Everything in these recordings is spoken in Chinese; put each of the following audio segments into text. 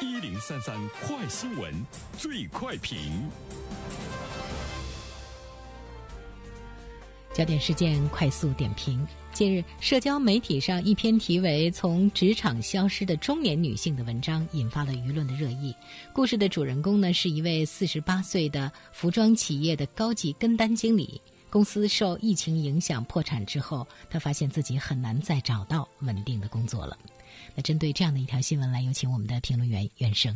1033快新闻最快评。 焦点事件快速点评。近日，社交媒体上一篇题为《从职场消失的中年女性》的文章引发了舆论的热议。故事的主人公呢，是一位48岁的服装企业的高级跟单经理。公司受疫情影响破产之后，他发现自己很难再找到稳定的工作了。那针对这样的一条新闻，来有请我们的评论员袁生。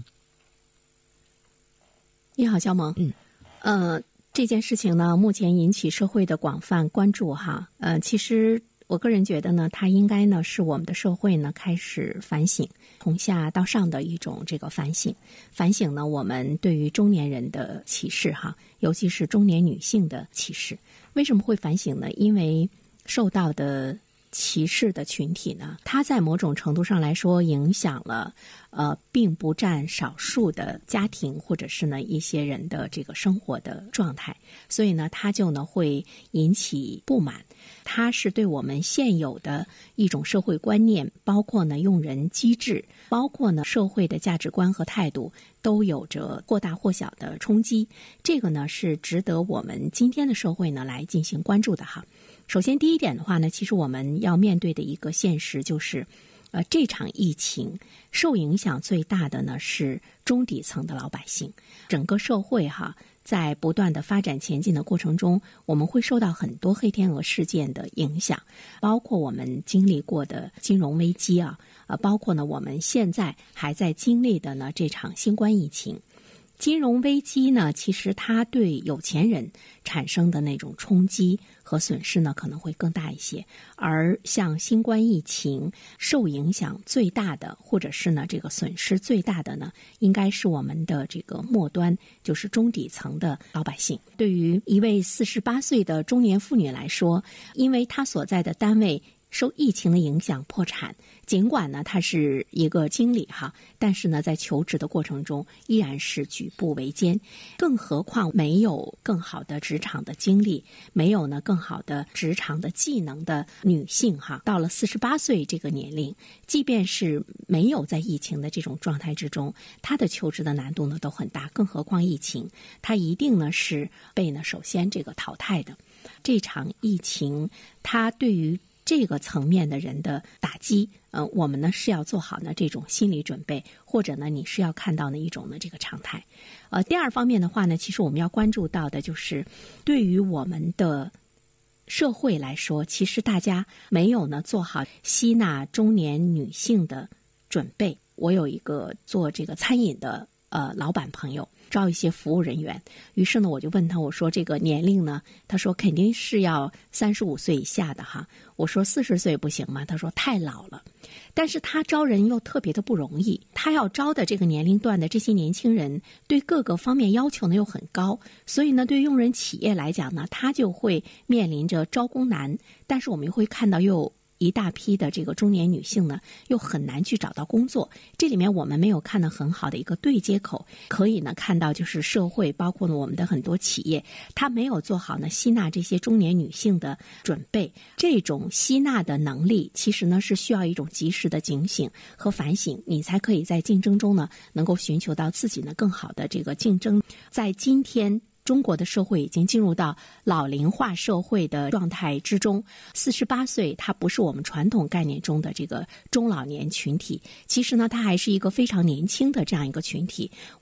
你好，肖萌。这件事情呢，目前引起社会的广泛关注哈。其实我个人觉得呢，它应该呢是我们的社会呢开始反省，从下到上的一种这个反省。反省呢，我们对于中年人的歧视哈，尤其是中年女性的歧视。为什么会反省呢？因为受到的歧视的群体呢，它在某种程度上来说影响了并不占少数的家庭或者是呢一些人的这个生活的状态，所以呢它就呢会引起不满。它是对我们现有的一种社会观念，包括呢用人机制，包括呢社会的价值观和态度，都有着或大或小的冲击。这个呢是值得我们今天的社会呢来进行关注的哈。首先第一点的话呢，其实我们要面对的一个现实就是这场疫情受影响最大的呢是中底层的老百姓。整个社会哈，在不断的发展前进的过程中，我们会受到很多黑天鹅事件的影响，包括我们经历过的金融危机包括呢我们现在还在经历的呢这场新冠疫情。金融危机呢，其实它对有钱人产生的那种冲击和损失呢，可能会更大一些。而像新冠疫情受影响最大的，或者是呢这个损失最大的呢，应该是我们的这个末端，就是中底层的老百姓。对于一位48岁的中年妇女来说，因为她所在的单位受疫情的影响破产，尽管呢他是一个经理哈，但是呢在求职的过程中依然是举步维艰，更何况没有更好的职场的经历，没有呢更好的职场的技能的女性哈，到了48岁这个年龄，即便是没有在疫情的这种状态之中，她的求职的难度呢都很大，更何况疫情，她一定呢是被呢首先这个淘汰的。这场疫情它对于这个层面的人的打击，我们呢是要做好呢这种心理准备，或者呢你是要看到呢一种呢这个常态。第二方面的话呢，其实我们要关注到的就是对于我们的社会来说，其实大家没有呢做好吸纳中年女性的准备。我有一个做这个餐饮的老板朋友，招一些服务人员，于是呢我就问他，我说这个年龄呢，他说肯定是要35岁以下的哈。我说40岁不行吗？他说太老了。但是他招人又特别的不容易，他要招的这个年龄段的这些年轻人对各个方面要求呢又很高，所以呢对用人企业来讲呢，他就会面临着招工难。但是我们又会看到又一大批的这个中年女性呢，又很难去找到工作。这里面我们没有看到很好的一个对接口，可以呢看到就是社会，包括呢我们的很多企业，它没有做好呢吸纳这些中年女性的准备。这种吸纳的能力，其实呢是需要一种及时的警醒和反省，你才可以在竞争中呢能够寻求到自己呢更好的这个竞争。在今天中国的社会已经进入到老龄化社会的状态之中，48岁它不是我们传统概念中的这个中老年群体，其实呢它还是一个非常年轻的这样一个群体。